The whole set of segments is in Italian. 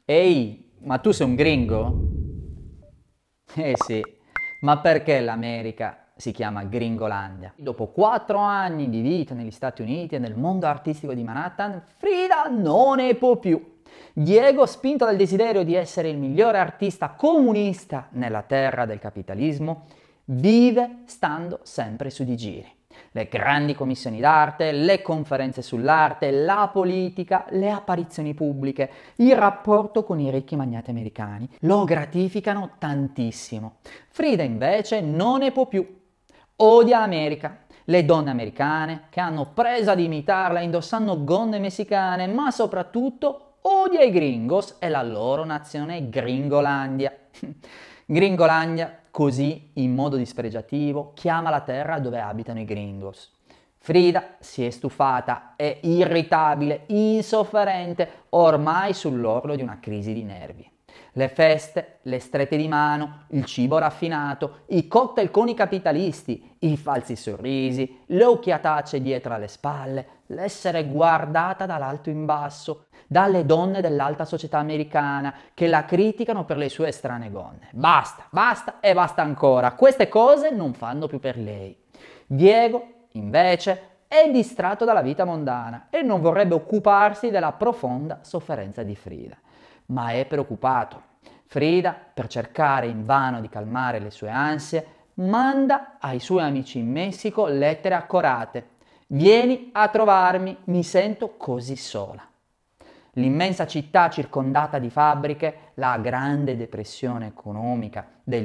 Ehi, ma tu sei un gringo? Eh sì, ma perché l'America si chiama Gringolandia? Dopo 4 anni di vita negli Stati Uniti e nel mondo artistico di Manhattan, Frida non ne può più. Diego, spinto dal desiderio di essere il migliore artista comunista nella terra del capitalismo, vive stando sempre su di giri. Le grandi commissioni d'arte, le conferenze sull'arte, la politica, le apparizioni pubbliche, il rapporto con i ricchi magnati americani lo gratificano tantissimo. Frida invece non ne può più. Odia America, le donne americane che hanno preso ad imitarla indossando gonne messicane, ma soprattutto odia i gringos e la loro nazione Gringolandia. Gringolandia, così in modo dispregiativo, chiama la terra dove abitano i gringos. Frida si è stufata, è irritabile, insofferente, ormai sull'orlo di una crisi di nervi. Le feste, le strette di mano, il cibo raffinato, i cocktail con i capitalisti, i falsi sorrisi, le occhiatacce dietro alle spalle, l'essere guardata dall'alto in basso, dalle donne dell'alta società americana che la criticano per le sue strane gonne. Basta, basta e basta ancora. Queste cose non fanno più per lei. Diego, invece, è distratto dalla vita mondana e non vorrebbe occuparsi della profonda sofferenza di Frida. Ma è preoccupato. Frida, per cercare invano di calmare le sue ansie, manda ai suoi amici in Messico lettere accorate. Vieni a trovarmi, mi sento così sola. L'immensa città circondata di fabbriche, la grande depressione economica del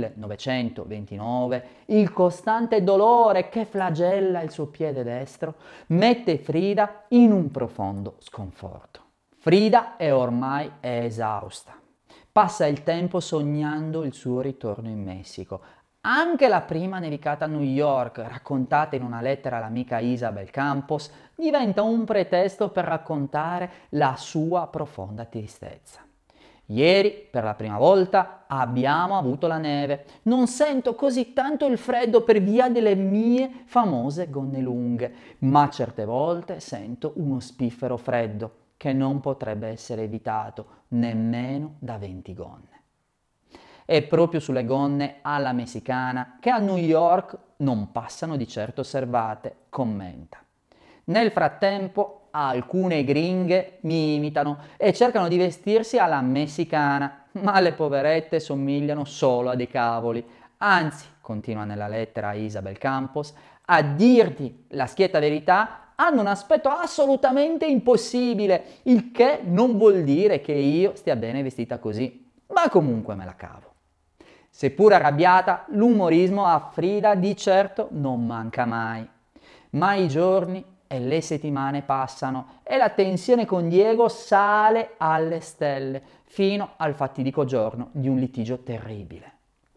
1929, il costante dolore che flagella il suo piede destro, mette Frida in un profondo sconforto. Frida è ormai esausta. Passa il tempo sognando il suo ritorno in Messico. Anche la prima nevicata a New York, raccontata in una lettera all'amica Isabel Campos, diventa un pretesto per raccontare la sua profonda tristezza. Ieri, per la prima volta, abbiamo avuto la neve. Non sento così tanto il freddo per via delle mie famose gonne lunghe, ma certe volte sento uno spiffero freddo che non potrebbe essere evitato nemmeno da 20 gonne. È proprio sulle gonne alla messicana che a New York non passano di certo osservate, commenta. Nel frattempo alcune gringhe mi imitano e cercano di vestirsi alla messicana, ma le poverette somigliano solo a dei cavoli. Anzi, continua nella lettera a Isabel Campos, a dirti la schietta verità, hanno un aspetto assolutamente impossibile, il che non vuol dire che io stia bene vestita così, ma comunque me la cavo. Seppur arrabbiata, l'umorismo a Frida di certo non manca mai. Ma i giorni e le settimane passano e la tensione con Diego sale alle stelle, fino al fatidico giorno di un litigio terribile.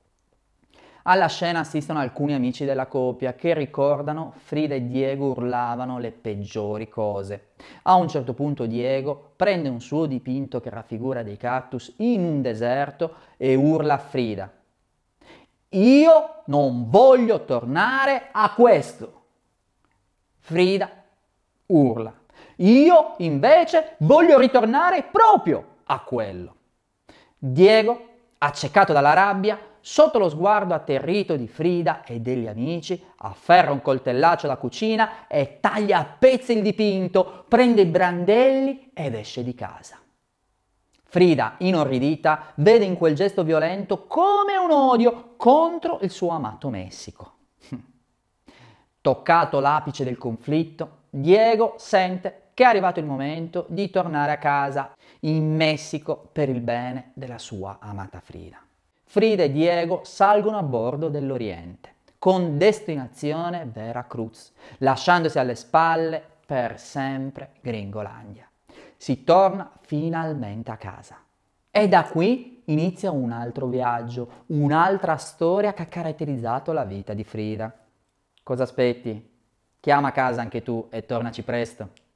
Alla scena assistono alcuni amici della coppia che ricordano Frida e Diego urlavano le peggiori cose. A un certo punto Diego prende un suo dipinto che raffigura dei cactus in un deserto e urla a Frida: io non voglio tornare a questo. Frida urla: io invece voglio ritornare proprio a quello. Diego, accecato dalla rabbia, sotto lo sguardo atterrito di Frida e degli amici, afferra un coltellaccio da cucina e taglia a pezzi il dipinto, prende i brandelli ed esce di casa. Frida, inorridita, vede in quel gesto violento come un odio contro il suo amato Messico. Toccato l'apice del conflitto, Diego sente che è arrivato il momento di tornare a casa in Messico per il bene della sua amata Frida. Frida e Diego salgono a bordo dell'Oriente con destinazione Veracruz, lasciandosi alle spalle per sempre Gringolandia. Si torna finalmente a casa. E da qui inizia un altro viaggio, un'altra storia che ha caratterizzato la vita di Frida. Cosa aspetti? Chiama a casa anche tu e tornaci presto.